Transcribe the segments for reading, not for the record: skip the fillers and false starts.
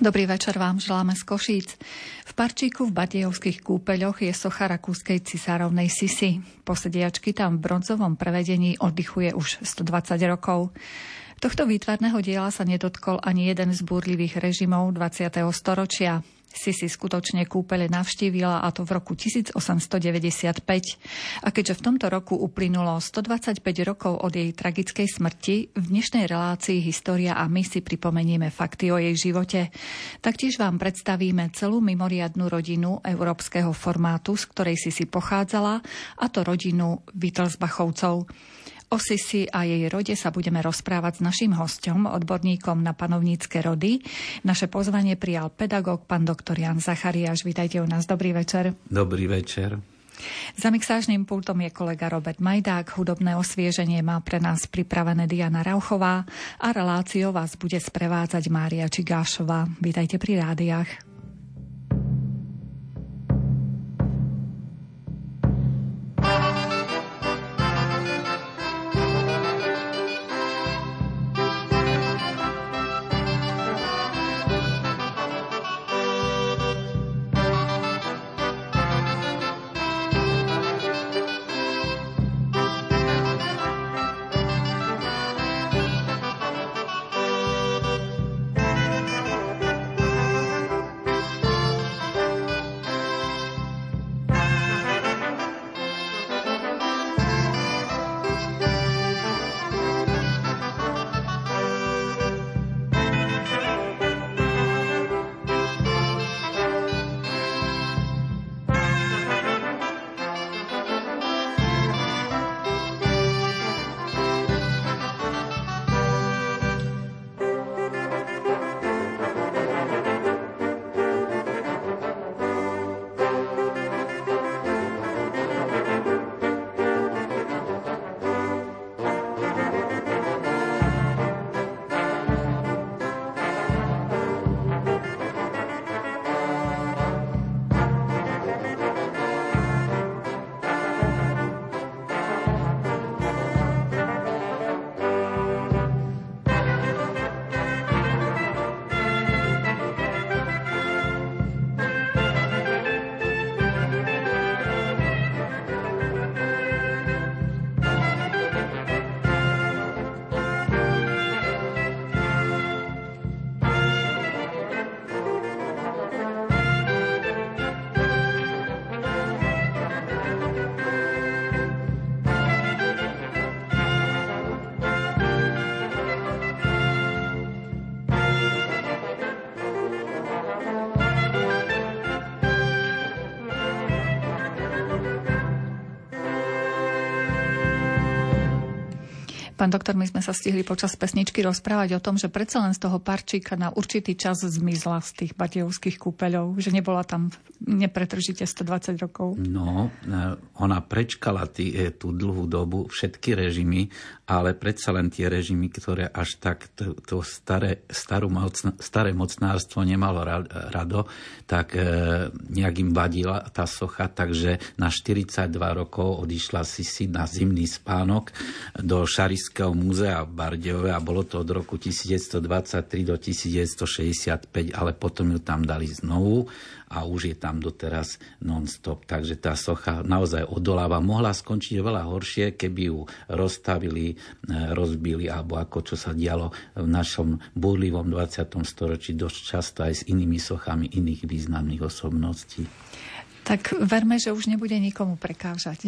Dobrý večer vám želáme z Košíc. V parčíku v Bardejovských kúpeľoch je socha rakúskej cisárovnej Sisi. Posediačky tam v bronzovom prevedení oddychuje už 120 rokov. Tohto výtvarného diela sa nedotkol ani jeden z búrlivých režimov 20. storočia. Sisi skutočne kúpele navštívila, a to v roku 1895. A keďže v tomto roku uplynulo 125 rokov od jej tragickej smrti, v dnešnej relácii História a my si pripomenieme fakty o jej živote. Taktiež vám predstavíme celú mimoriadnu rodinu európskeho formátu, z ktorej Sisi pochádzala, a to rodinu Wittelsbachovcov. O Sisi a jej rode sa budeme rozprávať s naším hosťom, odborníkom na panovnícke rody. Naše pozvanie prijal pedagóg pán doktor Jan Zachariáš. Vítajte u nás. Dobrý večer. Dobrý večer. Za mixážnym pultom je kolega Robert Majdák. Hudobné osvieženie má pre nás pripravené Diana Rauchová a reláciou vás bude sprevádzať Mária Čigášová. Vítajte pri rádiách. Pán doktor, my sme sa stihli počas pesničky rozprávať o tom, že predsa len z toho parčíka na určitý čas zmizla z tých Bardejovských kúpeľov, že nebola tam nepretržite 120 rokov. No, ona prečkala tú dlhú dobu všetky režimy, ale predsa len tie režimy, ktoré až tak to staré mocnárstvo nemalo rado, tak nejak im vadila tá socha, takže na 42 rokov odišla Sisi na zimný spánok do Šarišského múzea v Bardejove a bolo to od roku 1923 do 1965, ale potom ju tam dali znovu a už je tam doteraz non-stop. Takže tá socha naozaj odoláva. Mohla skončiť veľa horšie, keby ju rozstavili, rozbili, alebo ako čo sa dialo v našom búrlivom 20. storočí dosť často aj s inými sochami iných významných osobností. Tak verme, že už nebude nikomu prekážať.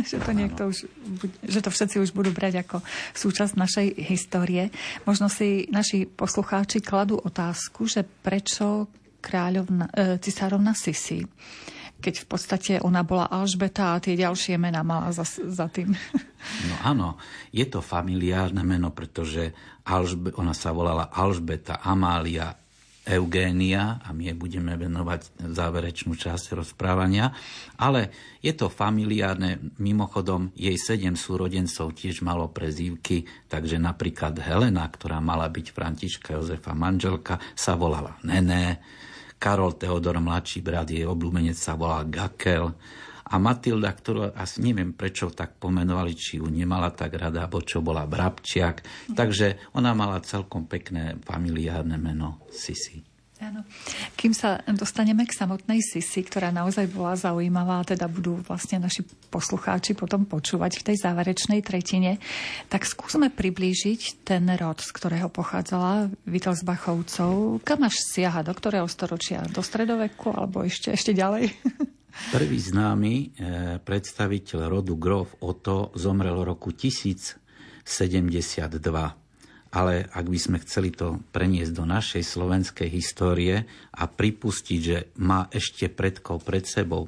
Že to všetci už budú brať ako súčasť našej histórie. Možno si naši poslucháči kladú otázku, že prečo cisárovna Sisi, keď v podstate ona bola Alžbeta a tie ďalšie mená mala za tým. No áno, je to familiárne meno, pretože ona sa volala Alžbeta Amália Eugénia a my jej budeme venovať záverečnú časť rozprávania. Ale je to familiárne, mimochodom jej 7 súrodencov tiež malo prezývky, takže napríklad Helena, ktorá mala byť Františka Jozefa manželka, sa volala Nené. Karol Teodor, mladší brat, jej obľúbenec, sa volal Gakel. A Matilda, ktorú asi neviem prečo tak pomenovali, či ju nemala tak rada, alebo čo bola Brabčiak. Takže ona mala celkom pekné familiárne meno Sisi. Áno. Kým sa dostaneme k samotnej Sisi, ktorá naozaj bola zaujímavá, teda budú vlastne naši poslucháči potom počúvať v tej záverečnej tretine, tak skúsme priblížiť ten rod, z ktorého pochádzala Wittelsbachovcov. Kam až siaha? Do ktorého storočia? Do stredoveku alebo ešte ďalej? Prvý známy predstaviteľ rodu Grof Otto zomrel v roku 1072. Ale ak by sme chceli to preniesť do našej slovenskej histórie a pripustiť, že má ešte predkov pred sebou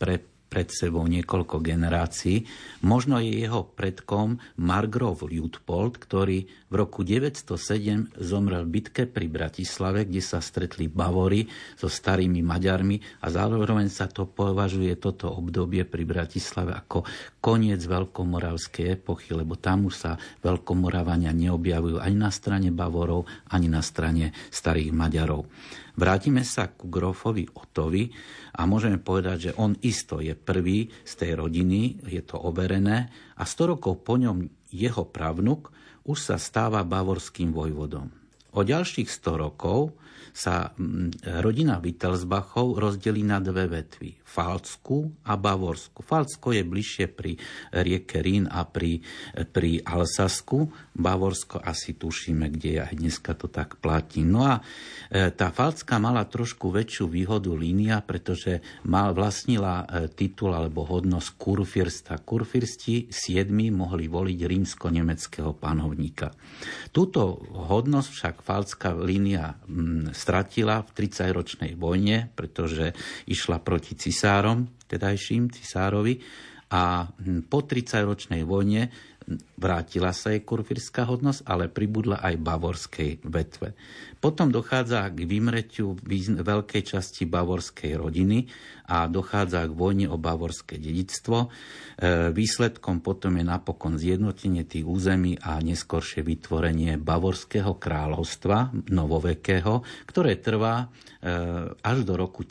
niekoľko generácií, možno je jeho predkom Margraf Luitpold, ktorý v roku 907 zomrel v bitke pri Bratislave, kde sa stretli Bavori so starými Maďarmi a zároveň sa to považuje toto obdobie pri Bratislave ako koniec veľkomoravskej epochy, lebo tam už sa veľkomoravania neobjavujú ani na strane Bavorov, ani na strane starých Maďarov. Vrátime sa ku Grofovi Ottovi a môžeme povedať, že on isto je prvý z tej rodiny, je to overené a 100 rokov po ňom jeho pravnuk už sa stáva bavorským vojvodom. O ďalších 100 rokov sa rodina Wittelsbachov rozdelí na dve vetvy. Pfalzku a Bavorsku. Pfalzko je bližšie pri rieke Rín a pri Alsasku. Bavorsko asi tušíme, kde je aj dneska to tak platí. No a tá Pfalzka mala trošku väčšiu výhodu línia, pretože vlastnila titul alebo hodnosť kurfürsta. Kurfürsti 7 mohli voliť rímsko-nemeckého panovníka. Túto hodnosť však Pfalzka línia stratila v 30-ročnej vojne, pretože išla proti cisárovi a po 30-ročnej vojne vrátila sa jej kurfýrská hodnosť, ale pribudla aj bavorskej vetve. Potom dochádza k vymretiu veľkej časti bavorskej rodiny a dochádza k vojne o bavorské dedičstvo. Výsledkom potom je napokon zjednotenie tých území a neskoršie vytvorenie Bavorského kráľovstva novovekého, ktoré trvá až do roku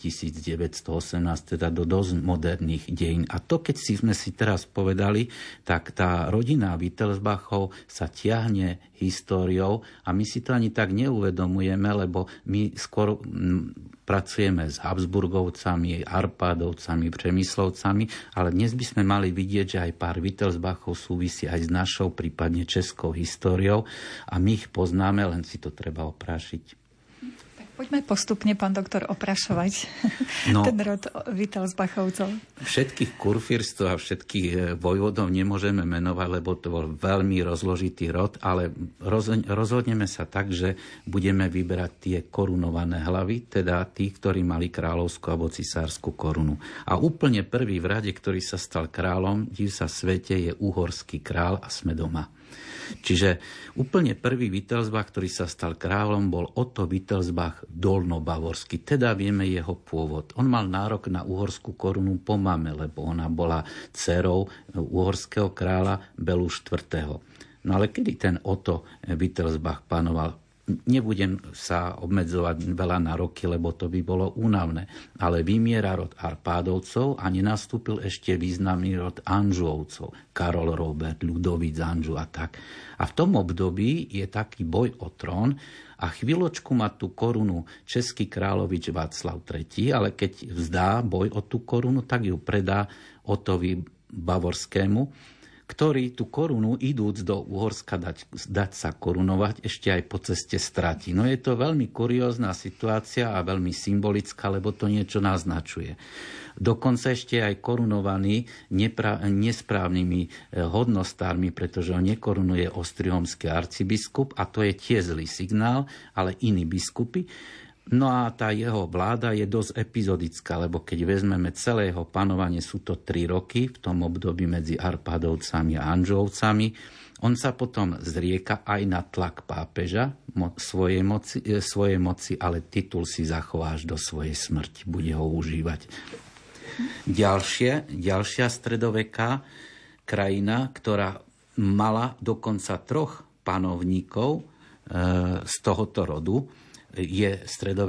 1918, teda do dosť moderných dejín. A to, keď sme si teraz povedali, tak tá rodina Wittelsbachov sa tiahne históriou a my si to ani tak neuvedomujeme, lebo my skôr pracujeme s Habsburgovcami, Arpádovcami, Přemyslovcami, ale dnes by sme mali vidieť, že aj pár Wittelsbachov súvisí aj s našou, prípadne českou históriou a my ich poznáme, len si to treba oprášiť. Poďme postupne, pán doktor, oprašovať ten rod Wittelsbachovcov. Všetkých kurfürstov a všetkých vojvodov nemôžeme menovať, lebo to bol veľmi rozložitý rod, ale rozhodneme sa tak, že budeme vyberať tie korunované hlavy, teda tí, ktorí mali kráľovskú alebo cisársku korunu. A úplne prvý v rade, ktorý sa stal kráľom, div sa svete, je uhorský kráľ a sme doma. Čiže úplne prvý Wittelsbach, ktorý sa stal kráľom, bol Otto Wittelsbach dolnobavorský. Teda vieme jeho pôvod. On mal nárok na uhorskú korunu po mame, lebo ona bola dcerou uhorského kráľa Belu IV. No ale kedy ten Otto Wittelsbach panoval? Nebudem sa obmedzovať veľa na roky, lebo to by bolo únavné. Ale vymiera rod Arpádovcov a nenastúpil ešte významný rod Anžuovcov. Karol Robert, Ľudovít z Anžu a tak. A v tom období je taký boj o trón a chvíľočku má tú korunu český kráľovič Václav III, ale keď vzdá boj o tú korunu, tak ju predá Ottovi Bavorskému, ktorý tú korunu, idúc do Uhorska dať sa korunovať, ešte aj po ceste stratí. No je to veľmi kuriózna situácia a veľmi symbolická, lebo to niečo naznačuje. Dokonca ešte aj korunovaný nesprávnymi hodnostármi, pretože on nekorunuje ostrihomský arcibiskup a to je tiež zlý signál, ale iní biskupy. No a tá jeho vláda je dosť epizodická, lebo keď vezmeme celé jeho panovanie, sú to 3 roky v tom období medzi Arpádovcami a Anžovcami. On sa potom zrieka aj na tlak pápeža svojej moci, ale titul si zachová až do svojej smrti. Bude ho užívať. Ďalšia stredoveká krajina, ktorá mala dokonca 3 panovníkov z tohoto rodu, je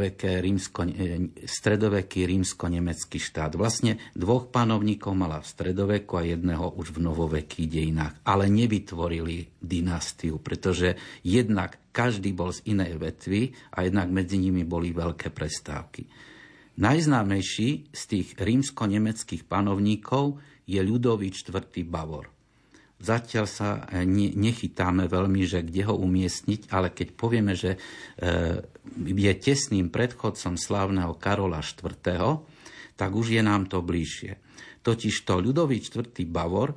stredoveký rímsko-nemecký štát. Vlastne 2 panovníkov mala v stredoveku a jedného už v novovekých dejinách. Ale nevytvorili dynastiu, pretože jednak každý bol z inej vetvy a jednak medzi nimi boli veľké prestávky. Najznámejší z tých rímsko-nemeckých panovníkov je Ľudovík IV. Bavor. Zatiaľ sa nechytáme veľmi, že kde ho umiestniť, ale keď povieme, že je tesným predchodcom slávneho Karola IV., tak už je nám to bližšie. Totižto Ľudovík IV. Bavor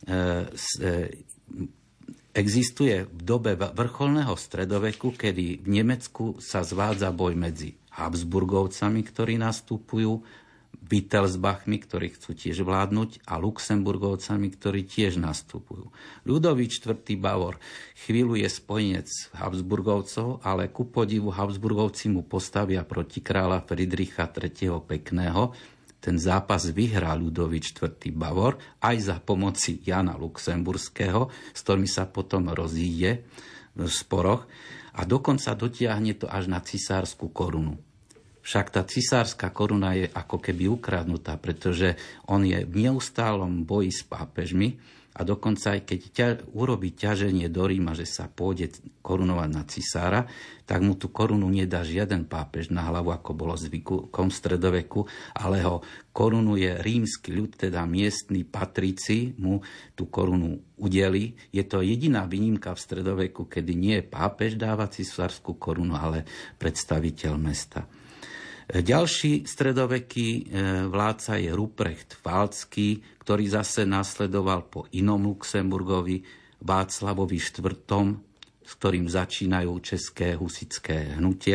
existuje v dobe vrcholného stredoveku, kedy v Nemecku sa zvádza boj medzi Habsburgovcami, ktorí nastupujú, Wittelsbachmi, ktorí chcú tiež vládnuť, a Luxemburgovcami, ktorí tiež nastupujú. Ľudovík IV. Bavor chvíľu je spojenec Habsburgovcov, ale ku podivu Habsburgovci mu postavia proti kráľa Friedricha III. Pekného. Ten zápas vyhrá Ľudovík IV. Bavor aj za pomoci Jana Luxemburského, s ktorými sa potom rozíde v sporoch a dokonca dotiahne to až na cisársku korunu. Však tá cisárska koruna je ako keby ukradnutá, pretože on je v neustálom boji s pápežmi a dokonca aj keď urobí ťaženie do Ríma, že sa pôjde korunovať na cisára, tak mu tú korunu nedá žiaden pápež na hlavu, ako bolo zvykom v stredoveku, ale ho korunuje rímsky ľud, teda miestni patrici mu tú korunu udeli. Je to jediná výnimka v stredoveku, kedy nie pápež dáva cisárskú korunu, ale predstaviteľ mesta. Ďalší stredoveký vládca je Ruprecht Pfalcký, ktorý zase nasledoval po inom Luxemburgovi, Václavovi IV., s ktorým začínajú české husitské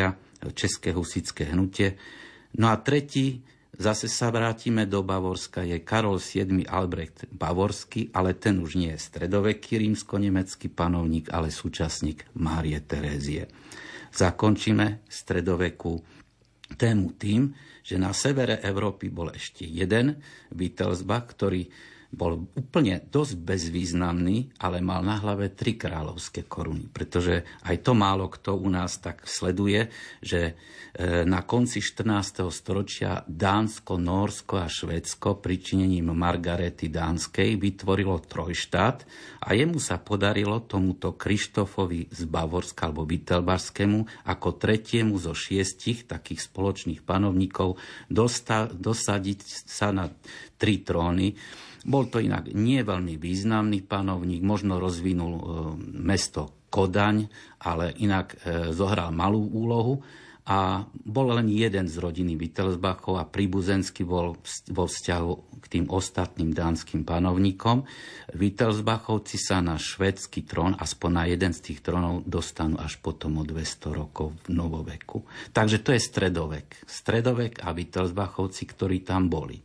hnutie. No a tretí, zase sa vrátime do Bavorska, je Karol VII. Albrecht Bavorský, ale ten už nie je stredoveký rímsko-nemecký panovník, ale súčasník Márie Terézie. Zakončíme stredovekú tému tým, že na severe Európy bol ešte jeden Wittelsbach, ktorý bol úplne dosť bezvýznamný, ale mal na hlave 3 kráľovské koruny. Pretože aj to málo kto u nás tak sleduje, že na konci 14. storočia Dánsko, Nórsko a Švédsko pričinením Margarety Dánskej vytvorilo trojštát a jemu sa podarilo tomuto Krištofovi z Bavorska alebo Wittelbarskému ako tretiemu zo 6 takých spoločných panovníkov dosadiť sa na 3 tróny. Bol to inak nie veľmi významný panovník, možno rozvinul mesto Kodaň, ale inak zohral malú úlohu a bol len jeden z rodiny Wittelsbachov a príbuzenský bol vo vzťahu k tým ostatným dánskym panovníkom. Wittelsbachovci sa na švédsky trón, aspoň na jeden z tých trónov, dostanú až potom o 200 rokov v novoveku. Takže to je stredovek. Stredovek a Wittelsbachovci, ktorí tam boli.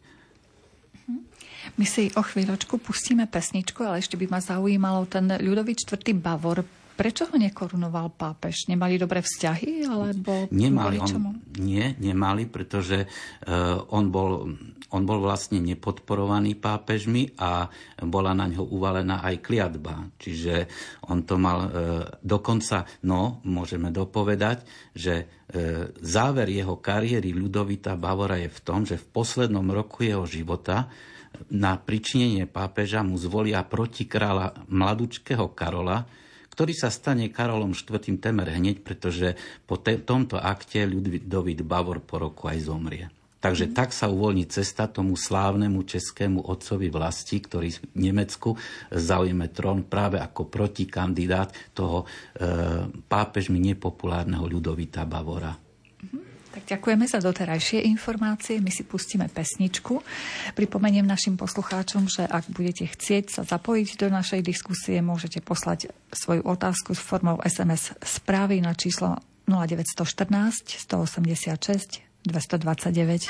My si o chvíľočku pustíme pesničku, ale ešte by ma zaujímalo ten Ľudovík IV. Bavor. Prečo ho nekorunoval pápež? Nemali dobré vzťahy? Alebo nemali, nemali, pretože on bol vlastne nepodporovaný pápežmi a bola na ňo uvalená aj kliatba. Čiže on to mal dokonca, môžeme dopovedať, že záver jeho kariéry Ľudovita Bavora je v tom, že v poslednom roku jeho života na pričinenie pápeža mu zvolia protikráľa mladučkého Karola, ktorý sa stane Karolom IV. Temer hneď, pretože po tomto akte Ľudovít Bavor po roku aj zomrie. Takže tak sa uvoľní cesta tomu slávnemu českému otcovi vlasti, ktorý v Nemecku zaujme trón práve ako protikandidát toho pápežmi nepopulárneho Ľudovíta Bavora. Tak ďakujeme za doterajšie informácie. My si pustíme pesničku. Pripomeniem našim poslucháčom, že ak budete chcieť sa zapojiť do našej diskusie, môžete poslať svoju otázku s formou SMS správy na číslo 0914 186 229.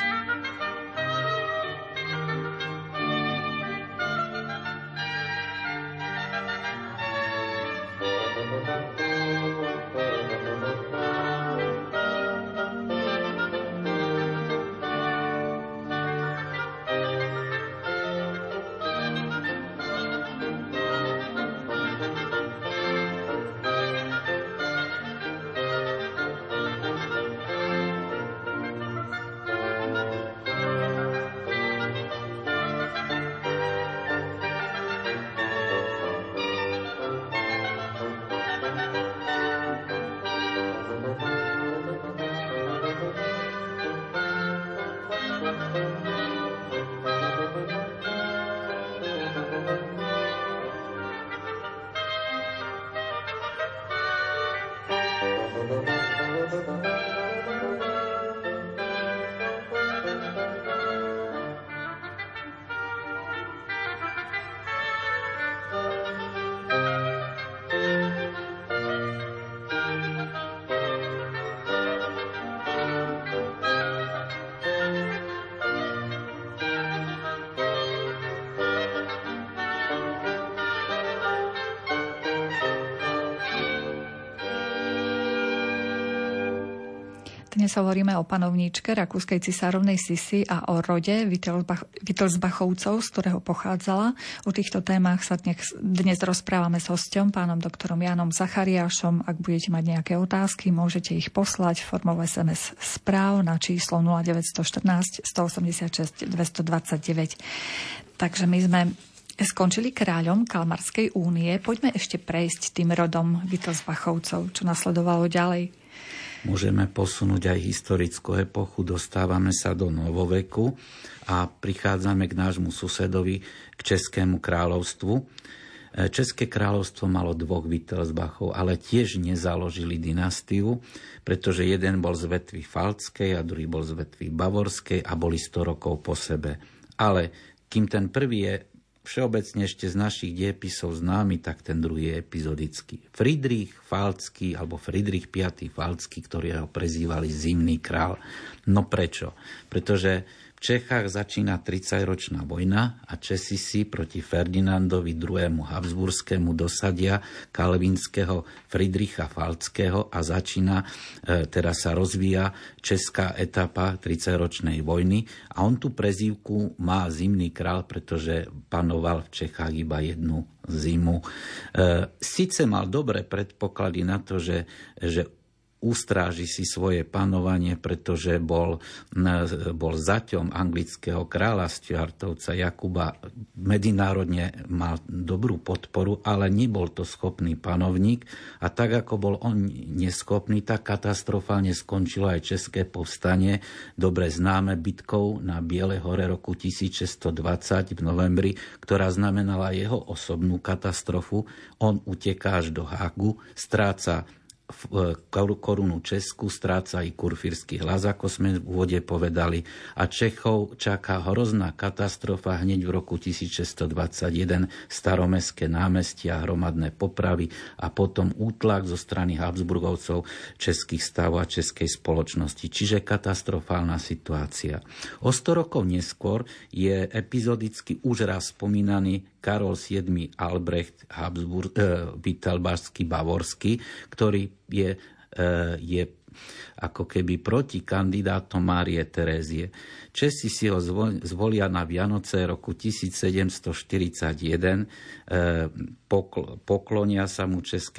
Dnes hovoríme o panovníčke rakúskej cisárovnej Sisi a o rode Wittelsbachovcov, z ktorého pochádzala. O týchto témach sa dnes rozprávame s hosťom, pánom doktorom Jánom Zachariášom. Ak budete mať nejaké otázky, môžete ich poslať formou SMS správ na číslo 0914 186 229. Takže my sme skončili kráľom Kalmarskej únie. Poďme ešte prejsť tým rodom Wittelsbachovcov, čo nasledovalo ďalej. Môžeme posunúť aj historickú epochu, dostávame sa do novoveku a prichádzame k nášmu susedovi, k Českému kráľovstvu. České kráľovstvo malo dvoch Wittelsbachov, ale tiež nezaložili dynastiu, pretože jeden bol z vetvy Falckej a druhý bol z vetvy Bavorskej a boli 100 rokov po sebe. Ale kým ten prvý je všeobecne ešte z našich diepisov známy, tak ten druhý je epizodický. Friedrich Falcký, alebo Friedrich V. Falcký, ktorý ho prezývali Zimný král. No prečo? Pretože v Čechách začína 30-ročná vojna a Česi si proti Ferdinandovi II. Habsburskému dosadia kalvinského Friedricha Falckého a začína, teda sa rozvíja česká etapa 30-ročnej vojny a on tú prezývku má Zimný král, pretože panoval v Čechách iba jednu zimu. Sice mal dobré predpoklady na to, že ustráži si svoje panovanie, pretože bol zaťom anglického kráľa Stuartovca Jakuba, medzinárodne mal dobrú podporu, ale nebol to schopný panovník a tak ako bol on neschopný, tak katastrofálne skončilo aj české povstanie, dobre známe bitkou na Bielej hore roku 1620 v novembri, ktorá znamenala jeho osobnú katastrofu. On uteká až do Hágu, stráca korunu Česku, stráca i kurfírsky hlas, ako sme v úvode povedali, a Čechov čaká hrozná katastrofa hneď v roku 1621, staromestské námestia, hromadné popravy a potom útlak zo strany Habsburgovcov českých stavov a českej spoločnosti. Čiže katastrofálna situácia. O 100 rokov neskôr je epizodicky už raz spomínaný Karol VII Albrecht Wittelsbachský Bavorský, ktorý je ako keby proti kandidátom Márie Terézie. Česi si ho zvolia na Vianoce roku 1741, poklonia sa mu české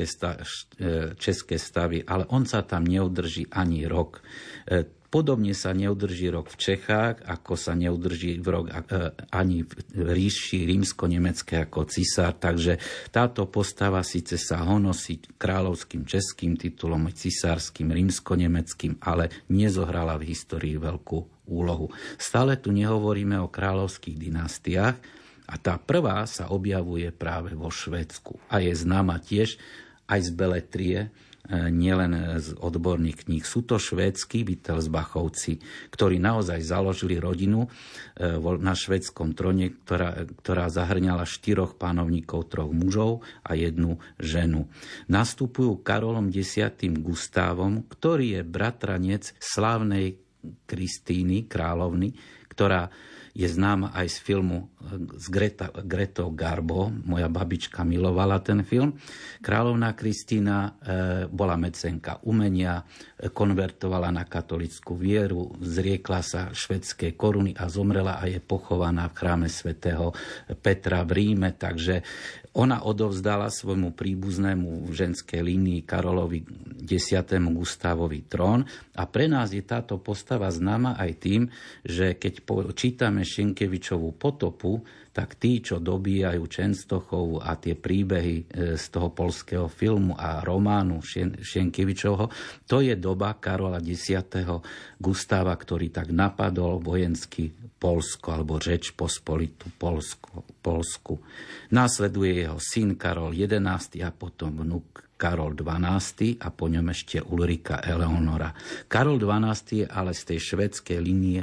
stavy, ale on sa tam neudrží ani rok. Podobne sa neudrží rok v Čechách, ako sa neudrží rok ani v ríši rímsko-nemecké ako cisár. Takže táto postava síce sa honosí kráľovským českým titulom, cisárskym, rímsko-nemeckým, ale nezohrala v histórii veľkú úlohu. Stále tu nehovoríme o kráľovských dynastiách a tá prvá sa objavuje práve vo Švédsku a je známa tiež aj z beletrie, nielen z odborných kníh. Sú to švédsky Wittelsbachovci, ktorí naozaj založili rodinu na švédskom tróne, ktorá zahrňala 4 panovníkov, 3 mužov a 1 ženu. Nastupujú Karolom X. Gustávom, ktorý je bratranec slávnej Kristíny, kráľovny, ktorá je známa aj z filmu s Gretou Garbo. Moja babička milovala ten film. Kráľovná Kristína bola mecenka umenia, konvertovala na katolickú vieru, zriekla sa švédskej koruny a zomrela a je pochovaná v chráme svätého Petra v Ríme. Takže ona odovzdala svojmu príbuznému v ženskej línii Karolovi X. Gustávovi trón a pre nás je táto postava známa aj tým, že keď čítame Sienkiewiczovu Potopu, tak tí, čo dobíjajú Čenstochovu a tie príbehy z toho poľského filmu a románu Sienkiewiczovo, to je doba Karola X. Gustáva, ktorý tak napadol vojensky Poľsko alebo Řeč Pospolitu Poľsku. Následuje jeho syn Karol XI a potom vnuk Karol XII a po ňom ešte Ulrika Eleonora. Karol XII je ale z tej švédskej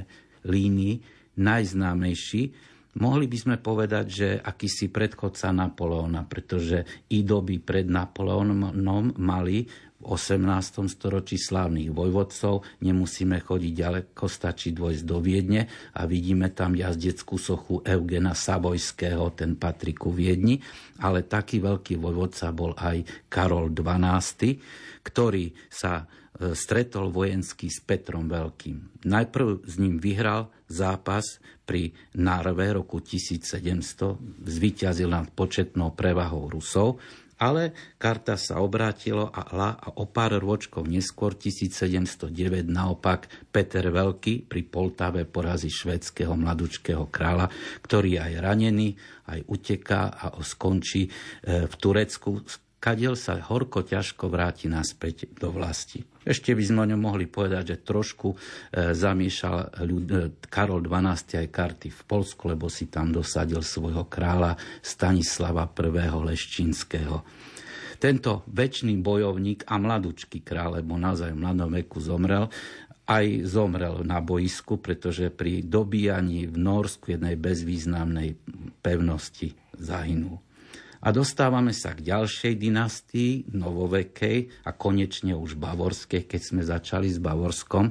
línii najznámejší. Mohli by sme povedať, že akýsi predchodca Napoleona, pretože i doby pred Napoleónom mali v 18. storočí slávnych vojvodcov. Nemusíme chodiť ďaleko, stačí dôjsť do Viedne a vidíme tam jazdeckú sochu Eugena Savojského, ten patrí ku Viedni, ale taký veľký vojvodca bol aj Karol XII, ktorý sa stretol vojenský s Petrom Veľkým. Najprv s ním vyhral zápas pri Narve roku 1700, zvíťazil nad početnou prevahou Rusov, ale karta sa obrátila a o pár rôčkov neskôr, 1709, naopak Peter Veľký pri Poltave porazí švédskeho mladučkého kráľa, ktorý aj ranený, aj uteká a skončí v Turecku, kadiaľ sa horko ťažko vráti naspäť do vlasti. Ešte by sme o ňom mohli povedať, že trošku zamiešal Karol XII aj karty v Poľsku, lebo si tam dosadil svojho kráľa Stanislava I. Leščínskeho. Tento večný bojovník a mladučký kráľ, lebo naozaj v mladom veku zomrel, aj zomrel na boisku, pretože pri dobíjaní v Norsku jednej bezvýznamnej pevnosti zahynul. A dostávame sa k ďalšej dynastii, novovekej a konečne už bavorskej, keď sme začali s Bavorskom.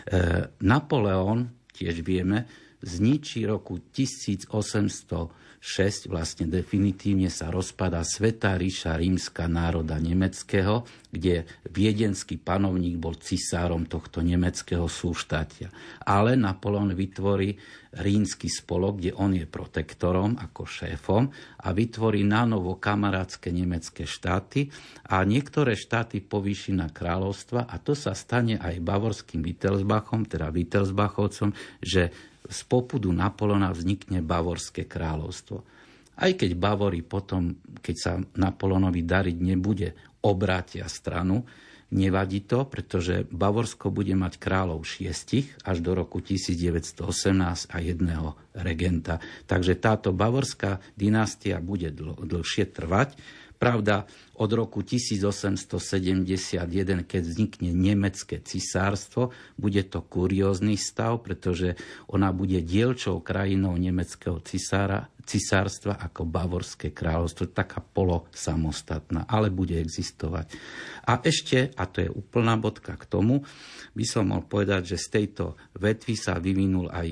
Napoleon, tiež vieme, zničí roku 1806, vlastne definitívne sa rozpadá Svätá ríša rímska národa nemeckého, kde viedenský panovník bol cisárom tohto nemeckého súštátia. Ale Napoleon vytvorí Rímsky spolok, kde on je protektorom ako šéfom a vytvorí nanovo kamarátske nemecké štáty a niektoré štáty povýši na kráľovstva a to sa stane aj bavorským Wittelsbachom, teda Wittelsbachovcom, že z popudu Napoleona vznikne Bavorské kráľovstvo. Aj keď Bavori potom, keď sa Napoleonovi dariť nebude, obrátia stranu, nevadí to, pretože Bavorsko bude mať kráľov 6 až do roku 1918 a jedného regenta. Takže táto bavorská dynastia bude dlhšie trvať. Pravda, od roku 1871, keď vznikne nemecké cisárstvo, bude to kuriózny stav, pretože ona bude dielčou krajinou nemeckého cisárstva ako Bavorské kráľovstvo, taká polosamostatná, ale bude existovať. A ešte, a to je úplná bodka k tomu, by som mal povedať, že z tejto vetvy sa vyvinul aj,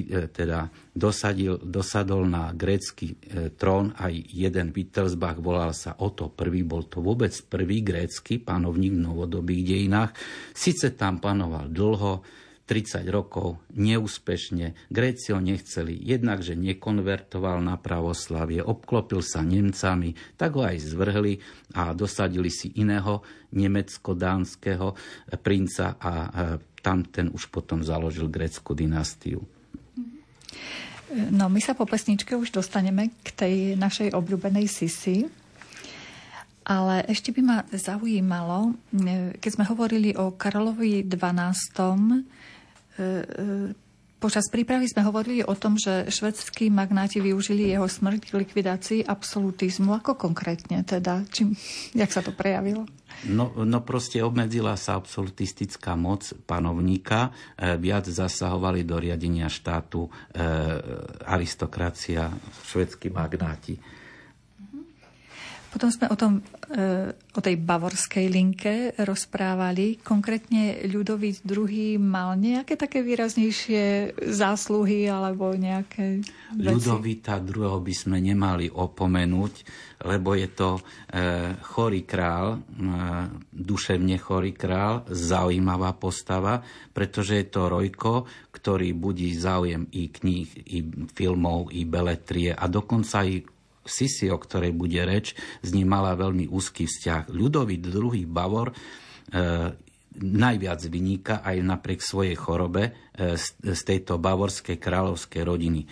dosadol na grécky trón aj jeden Wittelsbach, volal sa Otto I, bol to vôbec prvý grécky panovník v novodobých dejinách. Sice tam panoval dlho, 30 rokov, neúspešne. Gréci ho nechceli, jednakže nekonvertoval na pravoslavie, obklopil sa Nemcami, tak ho aj zvrhli a dosadili si iného nemecko-dánskeho princa a tam ten už potom založil grécku dynastiu. No, my sa po pesničke už dostaneme k tej našej obľúbenej Sisi. Ale ešte by ma zaujímalo, keď sme hovorili o Karolovi XII, počas prípravy sme hovorili o tom, že švédski magnáti využili jeho smrť k likvidácii absolutizmu. Ako konkrétne teda? Jak sa to prejavilo? No proste obmedzila sa absolutistická moc panovníka, viac zasahovali do riadenia štátu aristokracia, švédski magnáti. Potom sme o tej bavorskej linke rozprávali. Konkrétne Ľudovít II mal nejaké také výraznejšie zásluhy alebo nejaké veci? Ľudovíta II by sme nemali opomenúť, lebo je to chorý král, duševne chorý král, zaujímavá postava, pretože je to Rojko, ktorý budí záujem i kníh, i filmov, i beletrie a dokonca i Sisi, o ktorej bude reč, s ním mala veľmi úzky vzťah. Ľudovít II Bavor najviac vyniká aj napriek svojej chorobe z tejto bavorskej kráľovskej rodiny.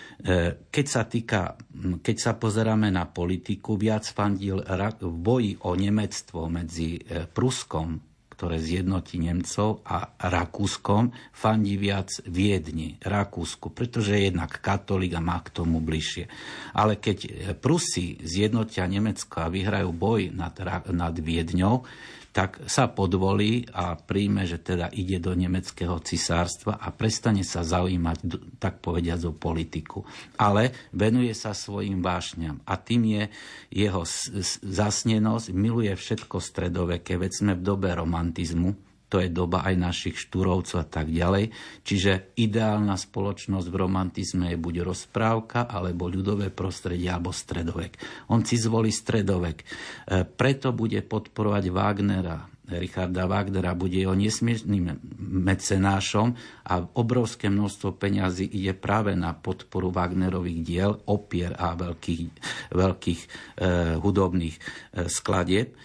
Keď sa pozeráme na politiku, viac fandil v boji o nemectvo medzi Pruskom, ktoré zjednotí Nemcov, a Rakúskom, fandí viac Viedni, Rakúsku, pretože je jednak katolík a má k tomu bližšie. Ale keď Prusi zjednotia Nemecko a vyhrajú boj nad Viedňou, tak sa podvolí a príjme, že teda ide do nemeckého cisárstva a prestane sa zaujímať, tak povediať, o politiku. Ale venuje sa svojim vášňam a tým je jeho zasnenosť, miluje všetko stredoveké, veď sme v dobe romantizmu, to je doba aj našich Štúrovcov a tak ďalej. Čiže ideálna spoločnosť v romantizme je buď rozprávka, alebo ľudové prostredie, alebo stredovek. On si zvolí stredovek. Preto bude podporovať Wagnera, Richarda Wagnera, bude jeho nesmierným mecenášom a obrovské množstvo peňazí ide práve na podporu Wagnerových diel, opier a veľkých hudobných skladieb.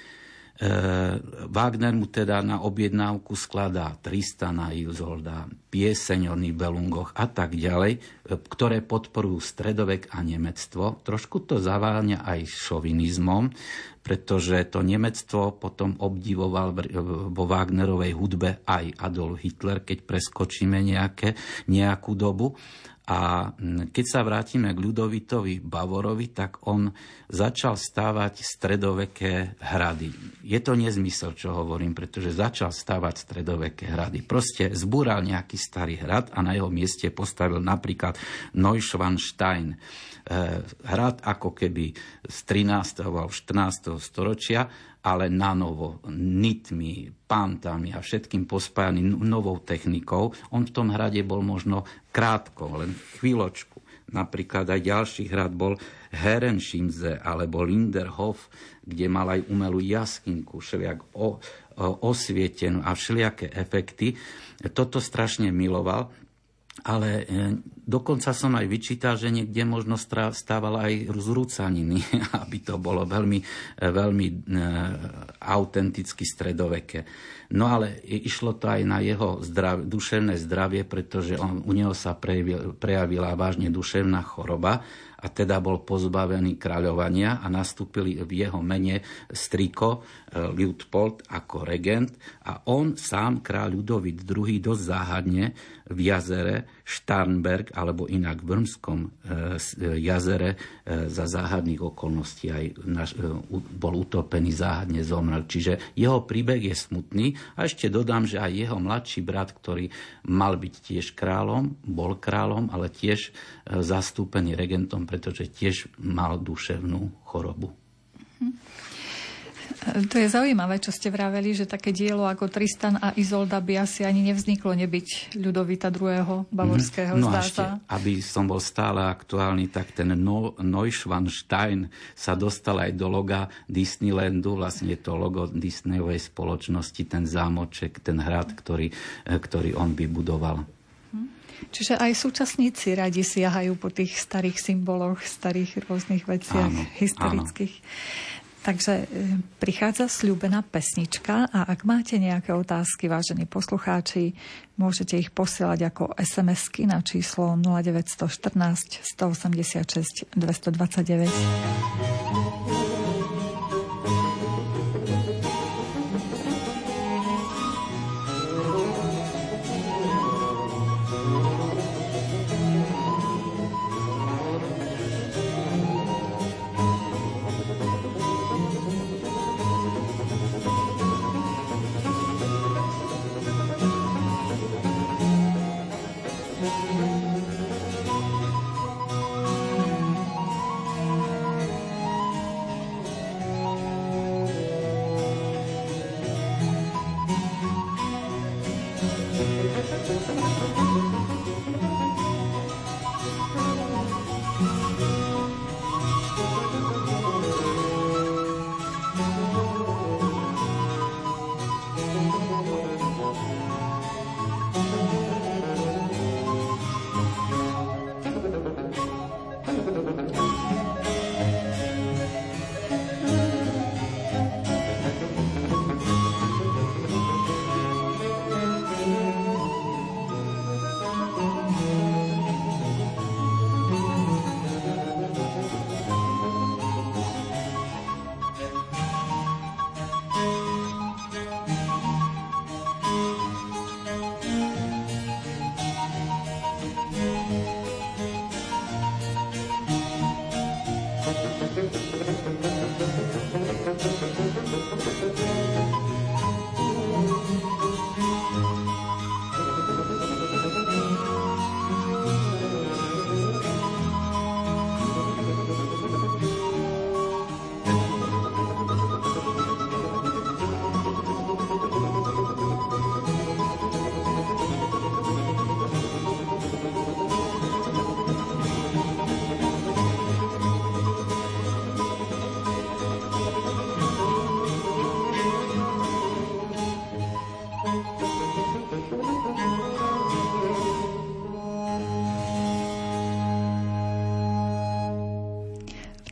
Wagner mu teda na objednávku skladá Tristana, Isolda, pieseň o Nibelungoch a tak ďalej, ktoré podporujú stredovek a nemectvo. Trošku to zaváňa aj šovinizmom, pretože to nemectvo potom obdivoval vo Wagnerovej hudbe aj Adolf Hitler, keď preskočíme nejakú dobu. A keď sa vrátime k Ľudovitovi Bavorovi, tak on začal stavať stredoveké hrady. Je to nezmysel, čo hovorím, pretože začal stavať stredoveké hrady. Proste zbúral nejaký starý hrad a na jeho mieste postavil napríklad Neuschwanstein. Hrad ako keby z 13. alebo 14. storočia, ale nanovo, nitmi, pantami a všetkým pospájaný novou technikou. On v tom hrade bol možno krátko, len chvíľočku. Napríklad aj ďalší hrad bol Herrenchiemsee alebo Linderhof, kde mal aj umelú jaskynku, všelijak osvietenú a všelijaké efekty. Toto strašne miloval. Ale dokonca som aj vyčítal, že niekde možno stával aj zrúcaniny, aby to bolo veľmi, veľmi autenticky stredoveké. No ale išlo to aj na jeho duševné zdravie, pretože u neho sa prejavila vážne duševná choroba a teda bol pozbavený kráľovania a nastúpili v jeho mene striko Luitpold ako regent a on sám, kráľ Ľudovít II, dosť záhadne v jazere Starnberg, alebo inak v Brmskom jazere za záhadných okolností aj bol utopený, záhadne zomrel. Čiže jeho príbeh je smutný a ešte dodám, že aj jeho mladší brat, ktorý mal byť tiež kráľom, bol kráľom, ale tiež zastúpený regentom, pretože tiež mal duševnú chorobu. To je zaujímavé, čo ste vraveli, že také dielo ako Tristan a Izolda by asi ani nevzniklo nebyť Ľudovita II. Bavorského, zdá sa. Aby som bol stále aktuálny, tak ten Neuschwanstein sa dostal aj do loga Disneylandu, vlastne to logo Disneyovej spoločnosti, ten zámoček, ten hrad, ktorý on vybudoval. Čiže aj súčasníci radi siahajú po tých starých symboloch, starých rôznych veciach historických. Áno. Takže prichádza sľúbená pesnička a ak máte nejaké otázky, vážení poslucháči, môžete ich posielať ako SMS-ky na číslo 0914 186 229.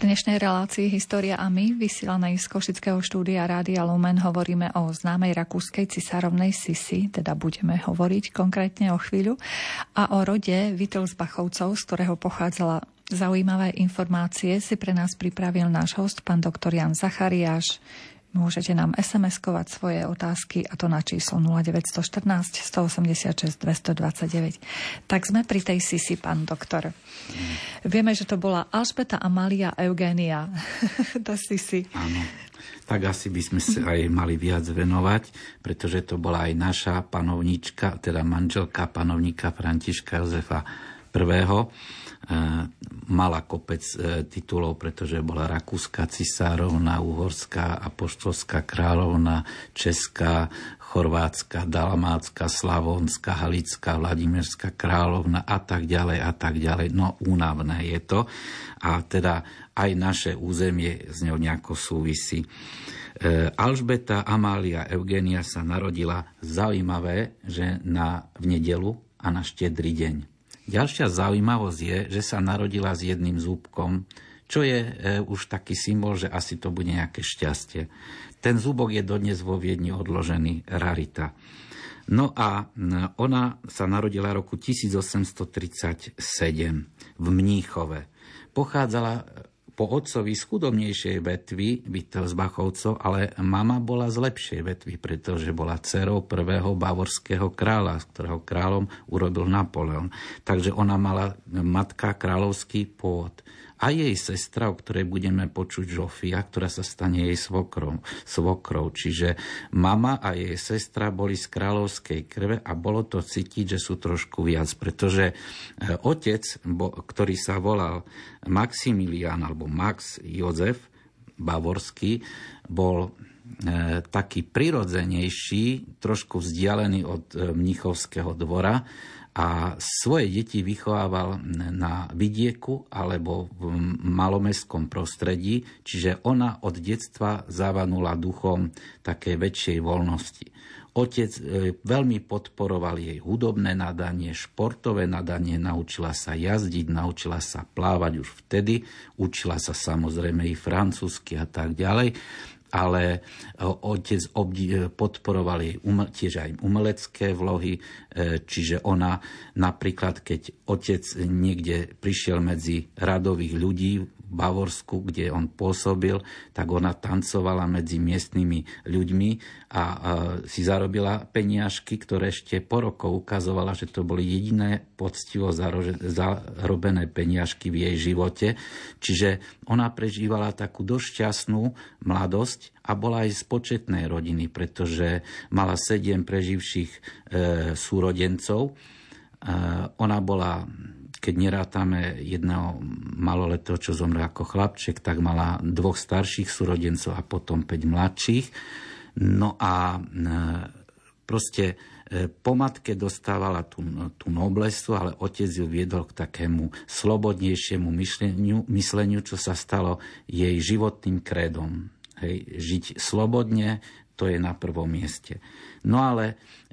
dnešnej relácii História a my, vysielanej z košického štúdia Rádia Lumen, hovoríme o známej rakúskej cisárovnej Sisi, teda budeme hovoriť konkrétne o chvíľu, a o rode Wittelsbachovcov, z ktorého pochádzala. Zaujímavé informácie si pre nás pripravil náš host, pán doktor Jan Zachariáš. Môžete nám SMS-kovať svoje otázky, a to na číslo 0914 186 229. Tak sme pri tej Sisi, pán doktor. Vieme, že to bola Alžbeta Amália Eugénia. Tá Sisi. Áno. Tak asi by sme sa aj mali viac venovať, pretože to bola aj naša panovníčka, teda manželka panovníka Františka Jozefa I. Mala kopec titulov, pretože bola rakúska cisárovna, uhorská apoštolská kráľovna, česká, chorvátska, dalmácka, slavónska, halická, vladimírská kráľovna a tak ďalej. No únavné je to. A teda aj naše územie z ňou nejako súvisí. Alžbeta Amália Eugénia sa narodila, zaujímavé, že v nedeľu a na štedrý deň. Ďalšia zaujímavosť je, že sa narodila s jedným zúbkom, čo je už taký symbol, že asi to bude nejaké šťastie. Ten zúbok je dodnes vo Viedni odložený, rarita. No a ona sa narodila roku 1837 v Mníchove. Pochádzala po otcovi z chudobnejšej vetvy Wittelsbachovcov, ale mama bola z lepšej vetvy, pretože bola dcerou prvého bavorského kráľa, z ktorého kráľom urobil Napoleon. Takže ona mala matka kráľovský pôvod. A jej sestra, o ktorej budeme počuť, Žofia, ktorá sa stane jej svokrou. Čiže mama a jej sestra boli z kráľovskej krve a bolo to cítiť, že sú trošku viac, pretože otec, ktorý sa volal Maximilián alebo Max Jozef bavorský, bol taký prirodzenejší, trošku vzdialený od mnichovského dvora, a svoje deti vychovával na vidieku alebo v malomestskom prostredí, čiže ona od detstva zavanula duchom takej väčšej voľnosti. Otec veľmi podporoval jej hudobné nadanie, športové nadanie, naučila sa jazdiť, naučila sa plávať už vtedy, učila sa samozrejme i francúzsky a tak ďalej. Ale otec podporoval jej tiež aj umelecké vlohy, čiže ona napríklad, keď otec niekde prišiel medzi radových ľudí v Bavorsku, kde on pôsobil, tak ona tancovala medzi miestnymi ľuďmi a si zarobila peniažky, ktoré ešte po rokov ukazovala, že to boli jediné poctivo zarobené peniažky v jej živote. Čiže ona prežívala takú dosť šťastnú mladosť a bola aj z početnej rodiny, pretože mala 7 preživších súrodencov. Ona bola, keď nerátame jedného maloletého, čo zomrel ako chlapček, tak mala 2 starších súrodencov a potom 5 mladších. No a proste po matke dostávala tú noblesu, ale otec ju viedol k takému slobodnejšiemu mysleniu, čo sa stalo jej životným krédom. Žiť slobodne, to je na prvom mieste. No ale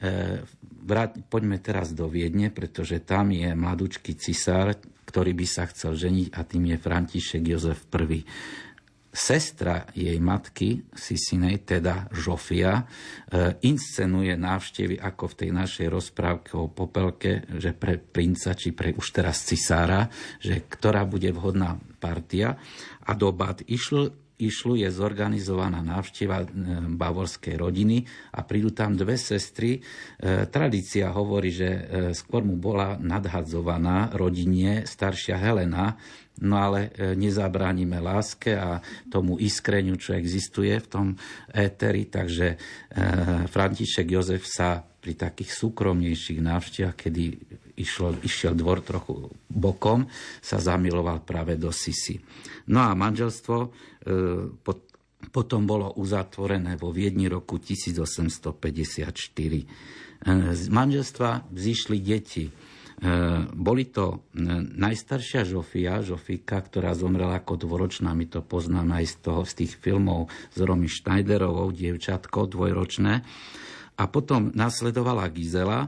poďme teraz do Viedne, pretože tam je mladúčky cisár, ktorý by sa chcel ženiť, a tým je František Jozef I. Sestra jej matky, Sisinej, teda Žofia, inscenuje návštevy ako v tej našej rozprávke o Popelke, že pre princa, či pre už teraz cisára, že ktorá bude vhodná partia. A do Bad Išlu je zorganizovaná návšteva bavorskej rodiny a prídu tam 2 sestry. Tradícia hovorí, že skôr mu bola nadhadzovaná rodine staršia Helena, no ale nezabránime láske a tomu iskreniu, čo existuje v tom éteri, takže František Jozef sa pri takých súkromnejších návštevách, kedy išiel dvor trochu bokom, sa zamiloval práve do Sisi. No a manželstvo potom bolo uzatvorené vo Viedni roku 1854. Z manželstva vzýšli deti. Boli to najstaršia Žofika, ktorá zomrela ako dvoročná, my to poznáme aj z tých filmov s Romy Schneiderovou, dievčatko dvojročné. A potom nasledovala Gizela,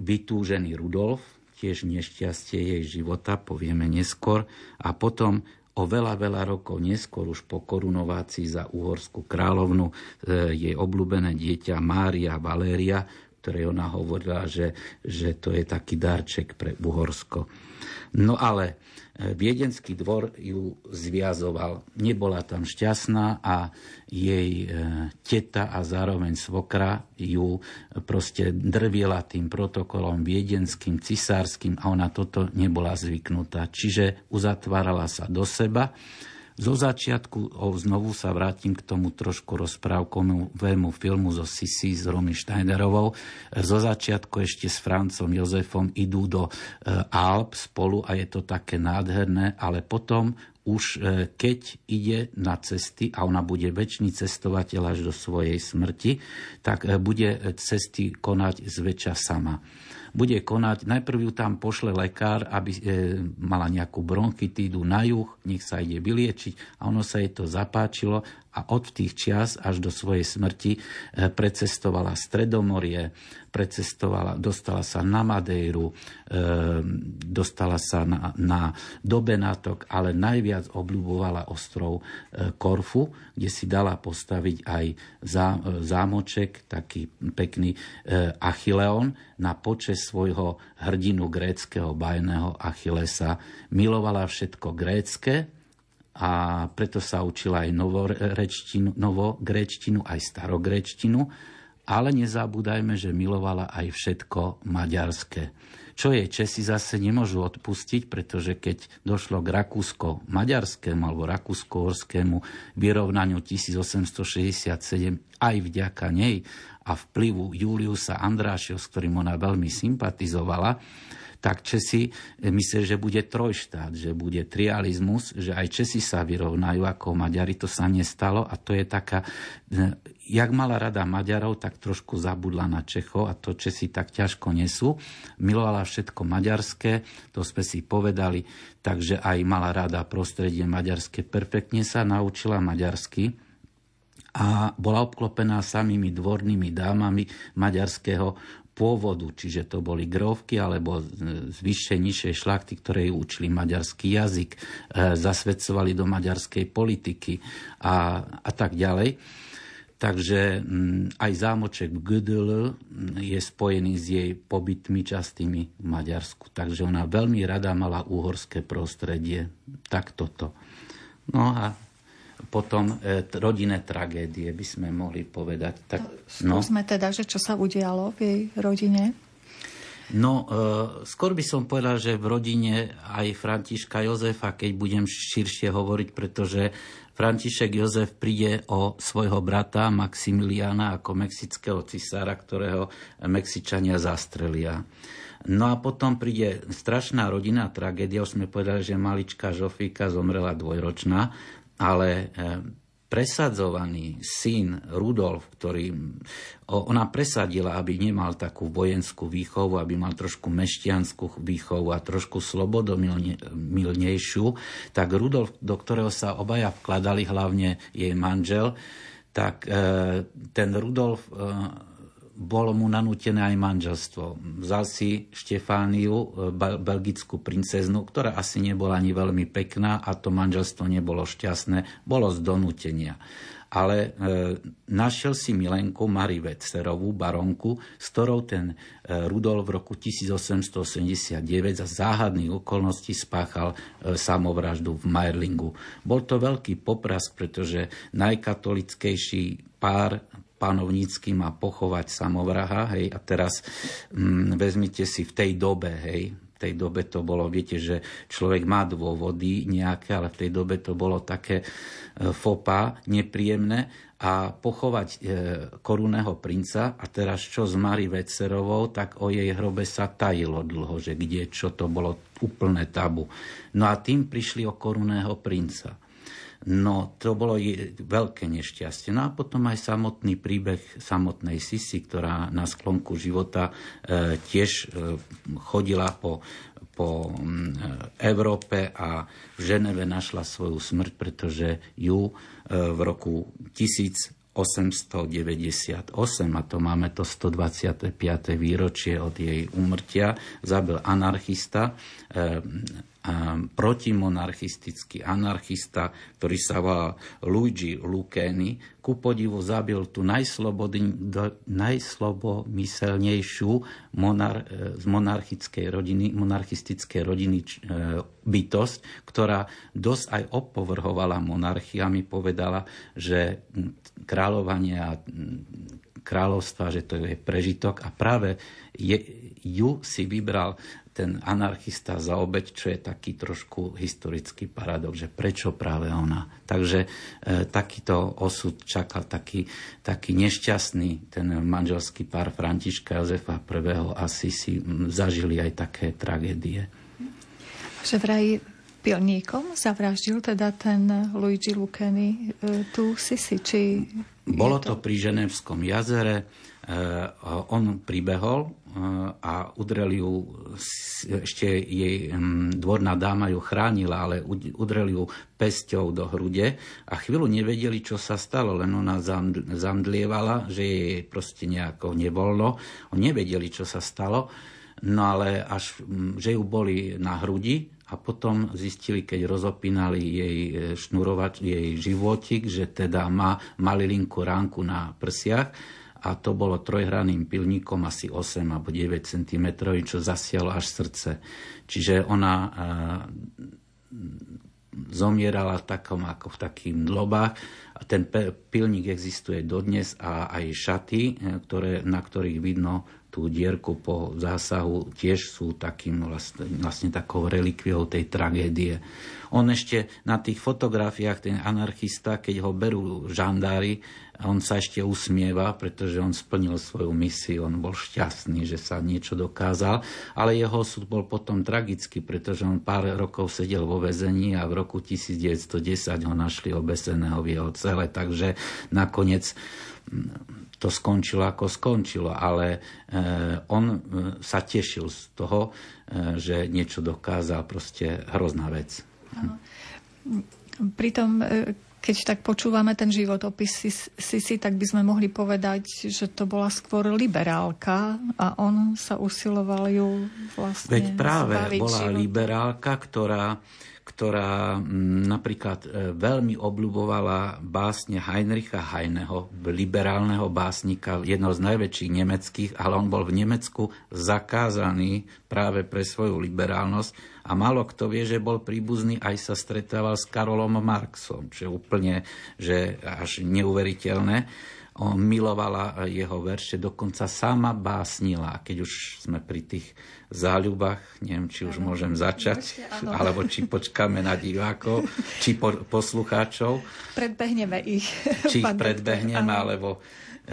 vytúžený Rudolf, tiež nešťastie jej života, povieme neskôr. A potom O veľa, veľa rokov neskôr, už po korunovácii za uhorskú kráľovnu, jej obľúbené dieťa Mária Valéria, ktorej ona hovorila, že to je taký darček pre Uhorsko. No ale viedenský dvor ju zviazoval. Nebola tam šťastná a jej teta a zároveň svokra ju proste drviela tým protokolom viedenským, cisárskym a ona toto nebola zvyknutá. Čiže uzatvárala sa do seba. Zo začiatku, znovu sa vrátim k tomu trošku rozprávkovému filmu zo Sisi s Romy Schneiderovou. Zo začiatku ešte s Francom Jozefom idú do Alp spolu a je to také nádherné, ale potom už keď ide na cesty a ona bude večný cestovateľ až do svojej smrti, tak bude cesty konať zväčša sama. Bude konať, najprv ju tam pošle lekár, aby mala nejakú bronchitídu na juh, nech sa ide vyliečiť a ono sa jej to zapáčilo a od tých čias až do svojej smrti precestovala Stredomorie, dostala sa na Madejru, dostala sa do Benátok, ale najviac obľúbovala ostrov Korfu, kde si dala postaviť aj zámoček, taký pekný Achilleon, na počesť svojho hrdinu gréckeho bajného Achillesa. Milovala všetko grécke a preto sa učila aj novogréčtinu, aj starogréčtinu, ale nezabúdajme, že milovala aj všetko maďarské. Čo jej Česi zase nemôžu odpustiť, pretože keď došlo k rakúsko-maďarskému alebo rakúsko-horskému vyrovnaniu 1867 aj vďaka nej a vplyvu Juliusa Andrášeho, s ktorým ona veľmi sympatizovala, tak Česi mysleli, že bude trojštát, že bude trializmus, že aj Česi sa vyrovnajú ako Maďari. To sa nestalo a to je taká, jak mala rada Maďarov, tak trošku zabudla na Čechov a to Česi tak ťažko nesú. Milovala všetko maďarské, to sme si povedali, takže aj mala rada prostredie maďarské. Perfektne sa naučila maďarsky a bola obklopená samými dvornými dámami maďarského pôvodu, čiže to boli grófky alebo z vyššej, nižšej šlachty, ktoré ju učili maďarský jazyk, zasvedcovali do maďarskej politiky a tak ďalej. Takže aj zámoček v GDL je spojený s jej pobytmi častými v Maďarsku. Takže ona veľmi rada mala uhorské prostredie. Tak toto. No a potom rodinné tragédie by sme mohli povedať. Tak, skúsme teda, že čo sa udialo v jej rodine? No, skôr by som povedal, že v rodine aj Františka Jozefa, keď budem širšie hovoriť, pretože František Jozef príde o svojho brata Maximiliána ako mexického cisára, ktorého Mexičania zastrelia. No a potom príde strašná rodinná tragédia. Už sme povedali, že maličká Žofíka zomrela dvojročná, ale presadzovaný syn Rudolf, ona presadila, aby nemal takú vojenskú výchovu, aby mal trošku mešťanskú výchovu a trošku slobodomilnejšiu, tak Rudolf, do ktorého sa obaja vkladali, hlavne jej manžel, tak ten Rudolf bolo mu nanútené aj manželstvo. Vzal si Štefániu, belgickú princeznu, ktorá asi nebola ani veľmi pekná a to manželstvo nebolo šťastné, bolo z donútenia. Ale našiel si milenku Marii Wetzerovú, baronku, s ktorou ten Rudolf v roku 1889 za záhadných okolností spáchal samovraždu v Meierlingu. Bol to veľký poprask, pretože najkatolickejší pár panovnícky má pochovať samovraha, hej, a teraz vezmite si v tej dobe, hej, v tej dobe to bolo, viete, že človek má dôvody nejaké, ale v tej dobe to bolo také fopa, nepríjemné, a pochovať korunného princa, a teraz čo s Marii Wetzerovou, tak o jej hrobe sa tajilo dlho, že kde, čo to bolo úplné tabu. No a tým prišli o korunného princa. No, to bolo veľké nešťastie. No a potom aj samotný príbeh samotnej Sisi, ktorá na sklonku života tiež chodila po Európe a v Ženeve našla svoju smrť, pretože ju v roku 1898, a to máme to 125. výročie od jej úmrtia, zabil anarchista protimonarchistický anarchista, ktorý sa volal Luigi Lucchini, ku podivu zabil tú najslobomyselnejšiu z monarchistickej rodiny bytosť, ktorá dosť aj opovrhovala monarchiami, povedala, že kráľovanie a kráľovstva, že to je prežitok, a práve ju si vybral ten anarchista za obeť, čo je taký trošku historický paradox, že prečo práve ona. Takže takýto osud čakal taký nešťastný ten manželský pár Františka Jozefa I. Asi si zažili aj také tragédie. Že vraj pilníkom zavraždil teda ten Luigi Lucchini tú Sisi, či... Bolo to pri Ženevskom jazere. On pribehol a udrel ju, ešte jej dvorná dáma ju chránila, ale udrel ju pesťou do hrude a chvíľu nevedeli, čo sa stalo, len ona zamdlievala, že jej proste nejako nevoľno. Nevedeli, čo sa stalo, no ale až, že ju boli na hrudi, a potom zistili, keď rozopínali jej šnurovač, jej životík, že teda má malilinku ránku na prsiach, a to bolo trojhranným pilníkom asi 8 alebo 9 cm, čo zasialo až srdce. Čiže ona zomierala v takým dlobách. A ten pilník existuje dodnes a aj šaty, na ktorých vidno tú dierku po zásahu, tiež sú takým vlastne takou relikviou tej tragédie. On ešte na tých fotografiách, ten anarchista, keď ho berú žandári, on sa ešte usmieva, pretože on splnil svoju misiu, on bol šťastný, že sa niečo dokázal, ale jeho súd bol potom tragický, pretože on pár rokov sedel vo väzení a v roku 1910 ho našli obeseného v jeho cele, takže nakoniec to skončilo ako skončilo, ale on sa tešil z toho, že niečo dokázal, proste hrozná vec. Pritom, keď tak počúvame ten životopis Sisi, tak by sme mohli povedať, že to bola skôr liberálka a on sa usiloval ju vlastne veď práve bola život. Liberálka, ktorá napríklad veľmi obľúbovala básne Heinricha Heineho, liberálneho básnika, jedného z najväčších nemeckých, ale on bol v Nemecku zakázaný práve pre svoju liberálnosť a málo kto vie, že bol príbuzný, aj sa stretával s Karolom Marxom, čo je úplne že až neuveriteľné. On milovala jeho verše, dokonca sama básnila. A keď už sme pri tých záľubách, neviem, či už môžem začať, alebo či počkáme na divákov, či poslucháčov. Predbehneme ich. Či ich predbehneme, alebo...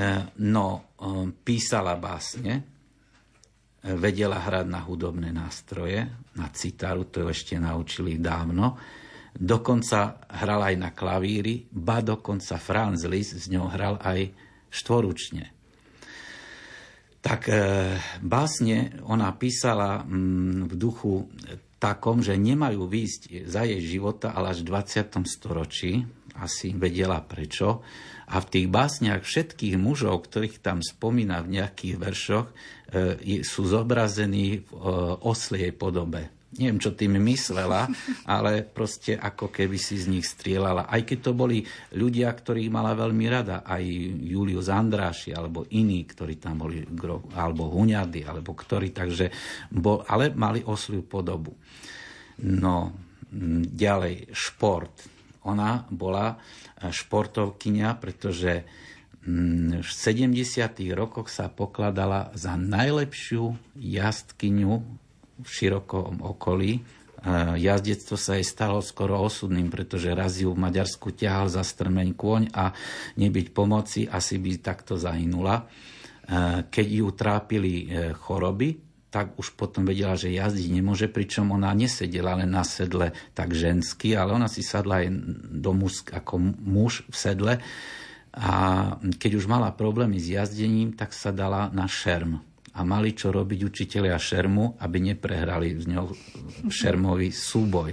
písala básne, vedela hrať na hudobné nástroje, na citaru, to ešte naučili dávno. Dokonca hral aj na klavíri, ba dokonca Franz Liszt s ňou hral aj štvoručne. Tak básne ona písala v duchu takom, že nemajú výjsť za jej života, ale až v 20. storočí, asi vedela prečo. A v tých básniach všetkých mužov, ktorých tam spomína v nejakých veršoch, sú zobrazení v osliej podobe. Neviem, čo tým myslela, ale proste ako keby si z nich strieľala. Aj keď to boli ľudia, ktorých mala veľmi rada, aj Julius Andráši, alebo iní, ktorí tam boli, alebo Huňady, alebo ktorí, ale mali osliu podobu. No, ďalej, šport. Ona bola športovkyňa, pretože v 70. rokoch sa pokladala za najlepšiu jazdkyňu v širokom okolí. Jazdectvo sa jej stalo skoro osudným, pretože raz ju v Maďarsku ťahal za strmeň kôň a nebyť pomoci, asi by takto zahynula. Keď ju trápili choroby, tak už potom vedela, že jazdiť nemôže, pričom ona nesedela len na sedle tak žensky, ale ona si sadla aj ako muž v sedle. A keď už mala problémy s jazdením, tak sa dala na šerm. A mali čo robiť učitelia šermu, aby neprehrali s ňou šermový súboj.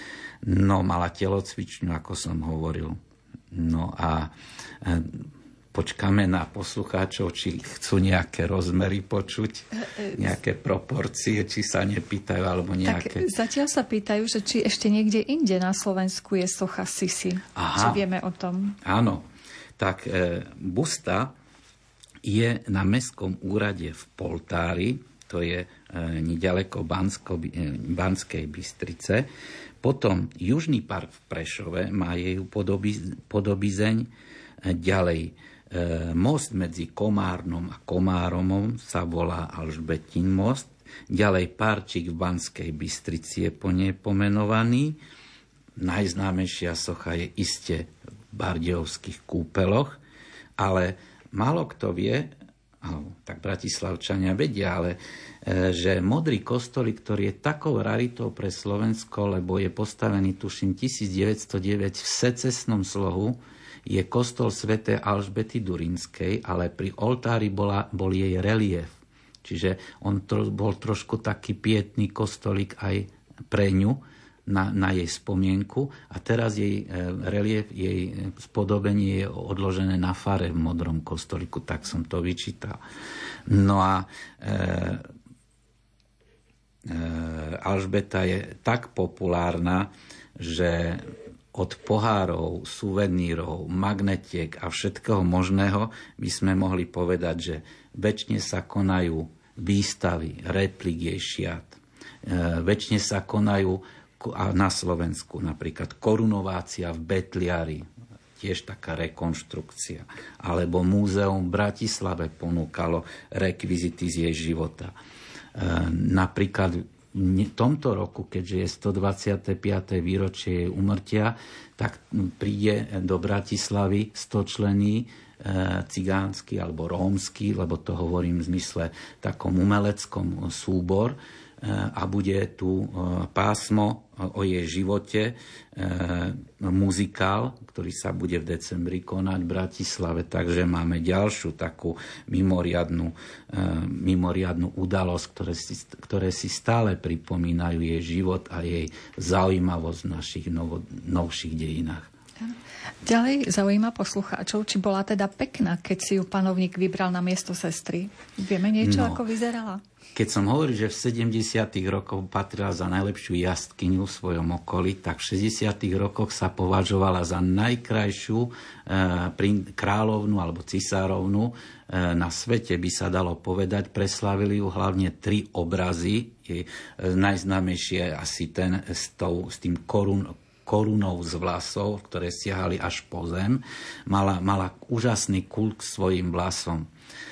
No, mala telocvičňu, ako som hovoril. No a počkáme na poslucháčov, či chcú nejaké rozmery počuť, nejaké proporcie, či sa nepýtajú, alebo nejaké... Tak zatiaľ sa pýtajú, že či ešte niekde inde na Slovensku je socha Sisi. Či vieme o tom? Áno. Tak busta je na Mestskom úrade v Poltári, to je neďaleko Banskej Bystrice. Potom Južný park v Prešove má jej podobizeň. Ďalej most medzi Komárnom a Komáromom sa volá Alžbetín most. Ďalej parčík v Banskej Bystrici je po nej pomenovaný. Najznámejšia socha je iste v Bardejovských kúpeloch, ale málo kto vie, tak Bratislavčania vedia, ale že Modrý kostolík, ktorý je takou raritou pre Slovensko, lebo je postavený, tuším, 1909 v secesnom slohu, je kostol svätej Alžbety Durínskej, ale pri oltári bol jej relief. Čiže on bol trošku taký pietný kostolík aj pre ňu na jej spomienku. A teraz jej relief, jej spodobenie je odložené na fare v Modrom kostolíku, tak som to vyčítal. No a Alžbeta je tak populárna, že od pohárov, suvenírov, magnetiek a všetkého možného by sme mohli povedať, že večne sa konajú výstavy, replik jej šiat. Večne sa konajú na Slovensku napríklad korunovácia v Betliari, tiež taká rekonštrukcia. Alebo múzeum v Bratislave ponúkalo rekvizity z jej života. Napríklad v tomto roku, keďže je 125. výročie jej úmrtia, tak príde do Bratislavy 100-členný cigánsky alebo rómsky, lebo to hovorím v zmysle takom umeleckom súbor, a bude tu pásmo o jej živote, muzikál, ktorý sa bude v decembri konať v Bratislave, takže máme ďalšiu takú mimoriadnu udalosť, ktoré si stále pripomínajú jej život a jej zaujímavosť v našich novších dejinách. Ďalej zaujíma poslucháčov, či bola teda pekná, keď si ju panovník vybral na miesto sestry. Vieme niečo, ako vyzerala? Keď som hovoril, že v 70. rokoch patrila za najlepšiu jazdkyňu v svojom okolí, tak v 60. rokoch sa považovala za najkrajšiu kráľovnu alebo cisárovnu na svete, by sa dalo povedať. Preslávili ju hlavne 3 obrazy. Najznámejšie asi ten s tým korunou z vlasov, ktoré siahali až po zem. Mala úžasný kult k svojim vlasom.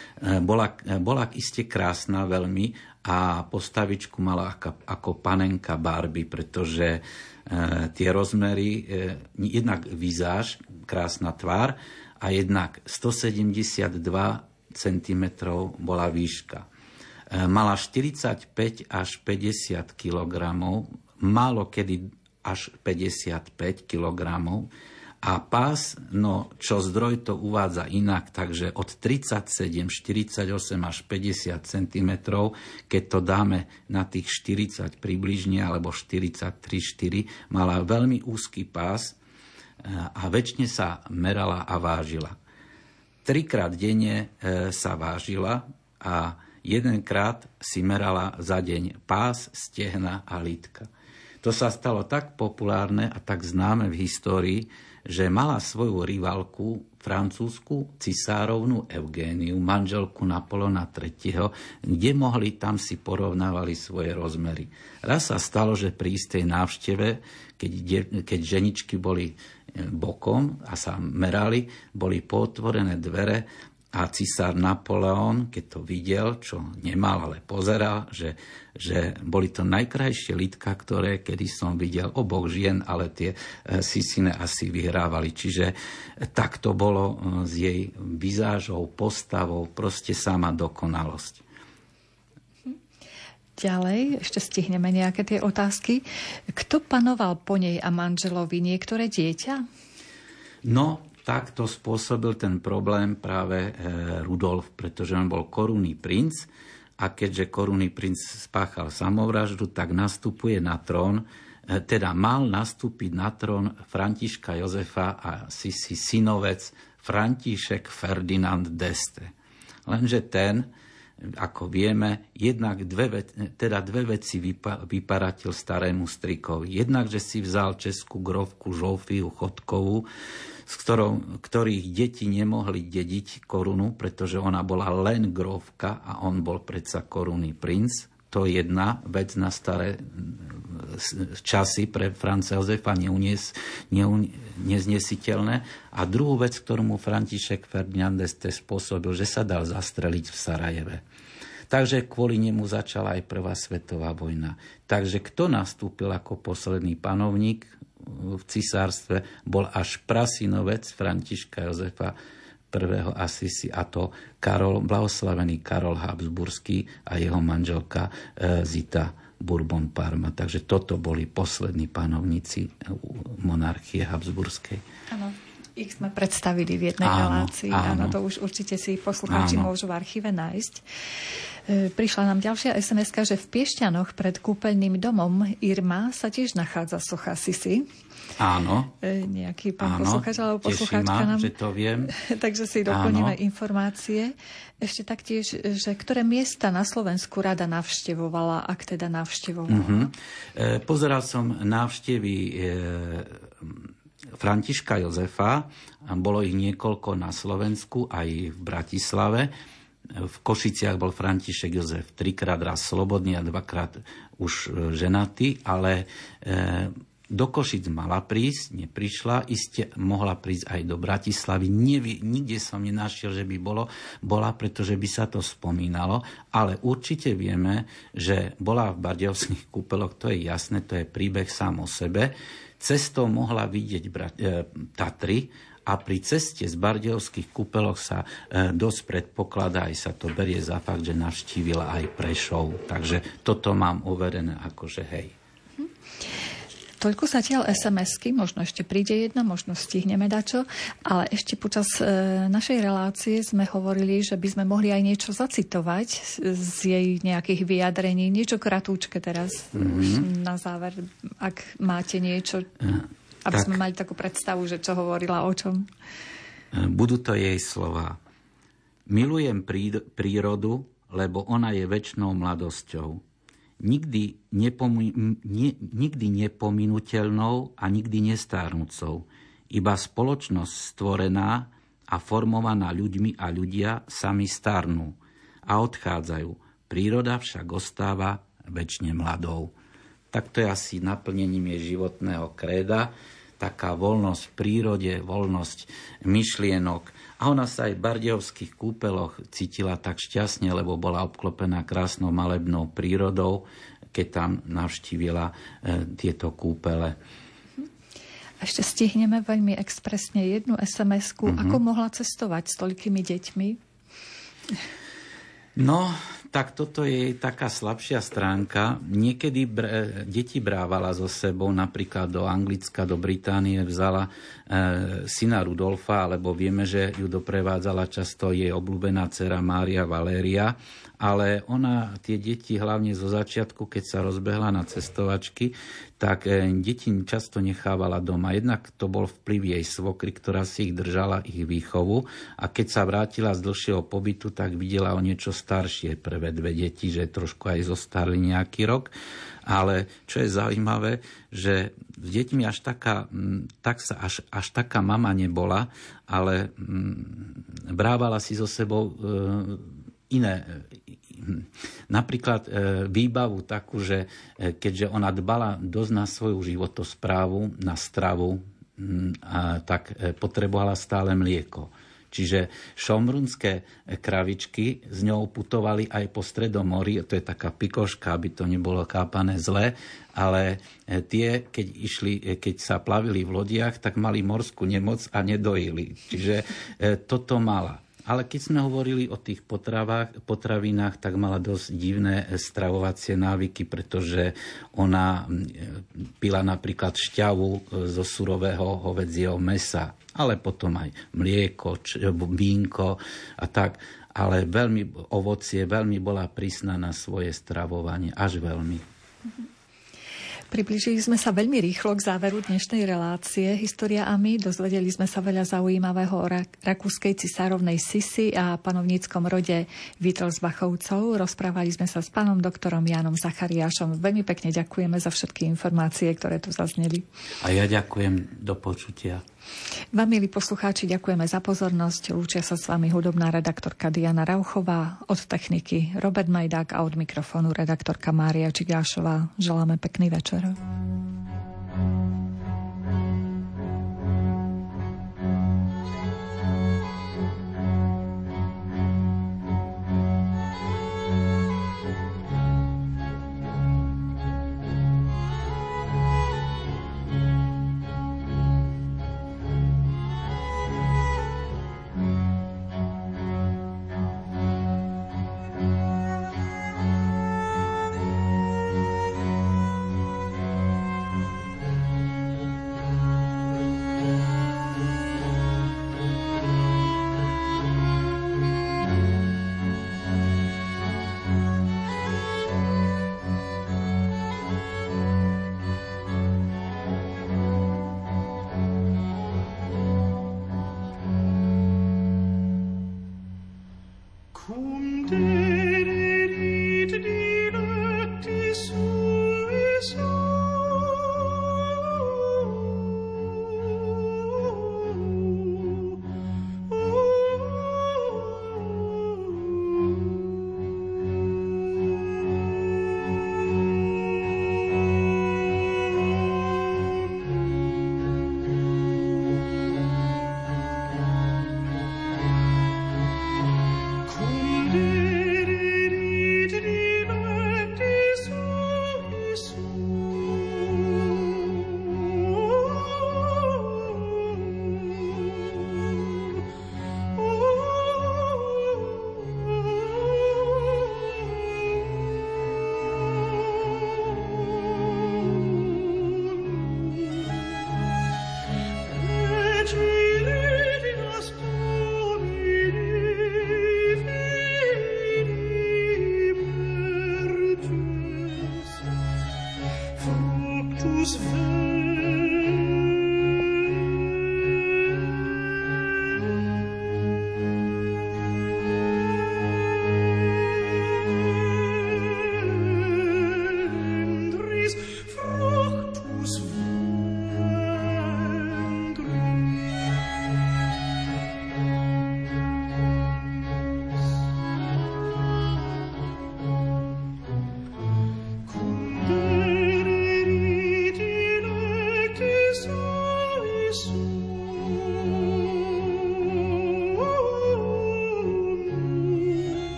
Bola iste krásna veľmi a postavičku mala ako panenka Barbie, pretože tie rozmery, jednak vizáž, krásna tvár, a jednak 172 cm bola výška. Mala 45 až 50 kg, málo kedy až 55 kg, a pás, čo zdroj to uvádza inak, takže od 37, 48 až 50 cm, keď to dáme na tých 40 približne, alebo 43,4, mala veľmi úzky pás a väčšine sa merala a vážila. 3-krát denne sa vážila a 1-krát si merala za deň pás, stehna a lítka. To sa stalo tak populárne a tak známe v histórii, že mala svoju rivalku, francúzsku cisárovnu Eugéniu, manželku Napoleona III., kde mohli, tam si porovnávali svoje rozmery. Raz sa stalo, že pri istej návšteve, keď ženičky boli bokom a sa merali, boli pootvorené dvere a cisár Napoleon, keď to videl, čo nemal, ale pozeral, že boli to najkrajšie lítka, ktoré kedy som videl oboch žien, ale tie Sisine asi vyhrávali. Čiže tak to bolo s jej vizážou, postavou, proste sama dokonalosť. Ďalej, ešte stihneme nejaké tie otázky. Kto panoval po nej a manželovi? Niektoré dieťa? No, takto spôsobil ten problém práve Rudolf, pretože on bol korunný princ a keďže korunný princ spáchal samovraždu, tak nastupuje na trón, teda mal nastúpiť na trón Františka Jozefa a Sisi synovec František Ferdinand d'Este. Lenže ten, ako vieme, jednak dve veci vyparatil starému strikovi. Jednak, že si vzal českú grófku Žofíu Chodkovú, ktorých deti nemohli dediť korunu, pretože ona bola len grófka a on bol predsa korunný princ. To je jedna vec na staré časy pre Franca Jozefa neznesiteľné. A druhú vec, ktorú mu František Ferdinand d'Este spôsobil, že sa dal zastreliť v Sarajeve. Takže kvôli nemu začala aj prvá svetová vojna. Takže kto nastúpil ako posledný panovník v cisárstve, bol až prasynovec Františka Jozefa I. Assisi, a to blahoslavený Karol Habsburský a jeho manželka Zita Bourbon Parma. Takže toto boli poslední panovníci monarchie habsburskej. Áno, ich sme predstavili v jednej relácii. Áno, to už určite si poslucháči môžu v archíve nájsť. Prišla nám ďalšia SMS-ka, že v Piešťanoch pred kúpeľným domom Irma sa tiež nachádza socha Sisi. Áno. Nejaký pán poslucháč alebo poslucháčka nám. Že to viem. Takže si doplníme informácie. Ešte taktiež, že ktoré miesta na Slovensku rada navštevovala, ak teda navštevovala? Pozeral som návštevy Františka Jozefa. Bolo ich niekoľko na Slovensku, aj v Bratislave. V Košiciach bol František Jozef 3-krát, raz slobodný a 2-krát už ženatý, ale do Košic mala prísť, neprišla, iste mohla prísť aj do Bratislavy. Nikde som nenašiel, že by bola, pretože by sa to spomínalo, ale určite vieme, že bola v Bardejovských kúpeloch, to je jasné, to je príbeh sám o sebe. Cestou mohla vidieť Tatry a pri ceste z Bardejovských kúpeloch sa dosť predpokladá, aj sa to berie za fakt, že navštívila aj Prešov. Takže toto mám overené akože hej. Toľko zatiaľ SMS-ky, možno ešte príde jedna, možno stihneme dačo, ale ešte počas našej relácie sme hovorili, že by sme mohli aj niečo zacitovať z jej nejakých vyjadrení, niečo kratúčke teraz na záver, ak máte niečo, aby sme mali takú predstavu, že čo hovorila o čom. Budú to jej slova. Milujem prírodu, lebo ona je večnou mladosťou. Nikdy nepominuteľnou a nikdy nestárnúcou. Iba spoločnosť stvorená a formovaná ľuďmi a ľudia sami starnú a odchádzajú. Príroda však ostáva večne mladou. Tak to je asi naplnením jej životného kréda. Taká voľnosť v prírode, voľnosť myšlienok. A ona sa aj v Bardejovských kúpeloch cítila tak šťastne, lebo bola obklopená krásnou malebnou prírodou, keď tam navštívila tieto kúpele. Ešte stihneme veľmi expresne jednu SMS-ku. Ako mohla cestovať s toľkými deťmi? No, tak toto je taká slabšia stránka. Niekedy deti brávala so sebou, napríklad do Anglicka, do Británie vzala syna Rudolfa, alebo vieme, že ju doprevádzala často jej obľúbená dcera Mária Valéria, ale ona tie deti hlavne zo začiatku, keď sa rozbehla na cestovačky, tak deti často nechávala doma. Jednak to bol vplyv jej svokry, ktorá si ich držala, ich výchovu, a keď sa vrátila z dlhšieho pobytu, tak videla o niečo staršie prvé dve deti, že trošku aj zostarli nejaký rok. Ale čo je zaujímavé, že s deťmi až taká mama nebola, ale brávala si so sebou iné. Napríklad výbavu takú, že keďže ona dbala dosť na svoju životosprávu, na stravu, tak potrebovala stále mlieko. Čiže šomrunské kravičky s ňou putovali aj po Stredomorí, to je taká pikoška, aby to nebolo chápané zle, ale tie, keď sa plavili v lodiach, tak mali morskú nemoc a nedojili. Čiže toto mala. Ale keď sme hovorili o tých potravinách, tak mala dosť divné stravovacie návyky, pretože ona pila napríklad šťavu zo surového hovädzieho mäsa, ale potom aj mlieko, vínko a tak. Ale veľmi bola prísna na svoje stravovanie, až veľmi. Priblížili sme sa veľmi rýchlo k záveru dnešnej relácie História a my. Dozvedeli sme sa veľa zaujímavého o rakúskej cisárovnej Sisi a panovníckom rode Wittelsbachovcov. Rozprávali sme sa s pánom doktorom Jánom Zachariášom. Veľmi pekne ďakujeme za všetky informácie, ktoré tu zazneli. A ja ďakujem, do počutia. Vám, milí poslucháči, ďakujeme za pozornosť. Lúčia sa s vami hudobná redaktorka Diana Rauchová, od techniky Robert Majdák a od mikrofónu redaktorka Mária Čigášová. Želáme pekný večer.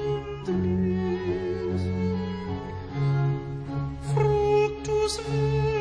Fructus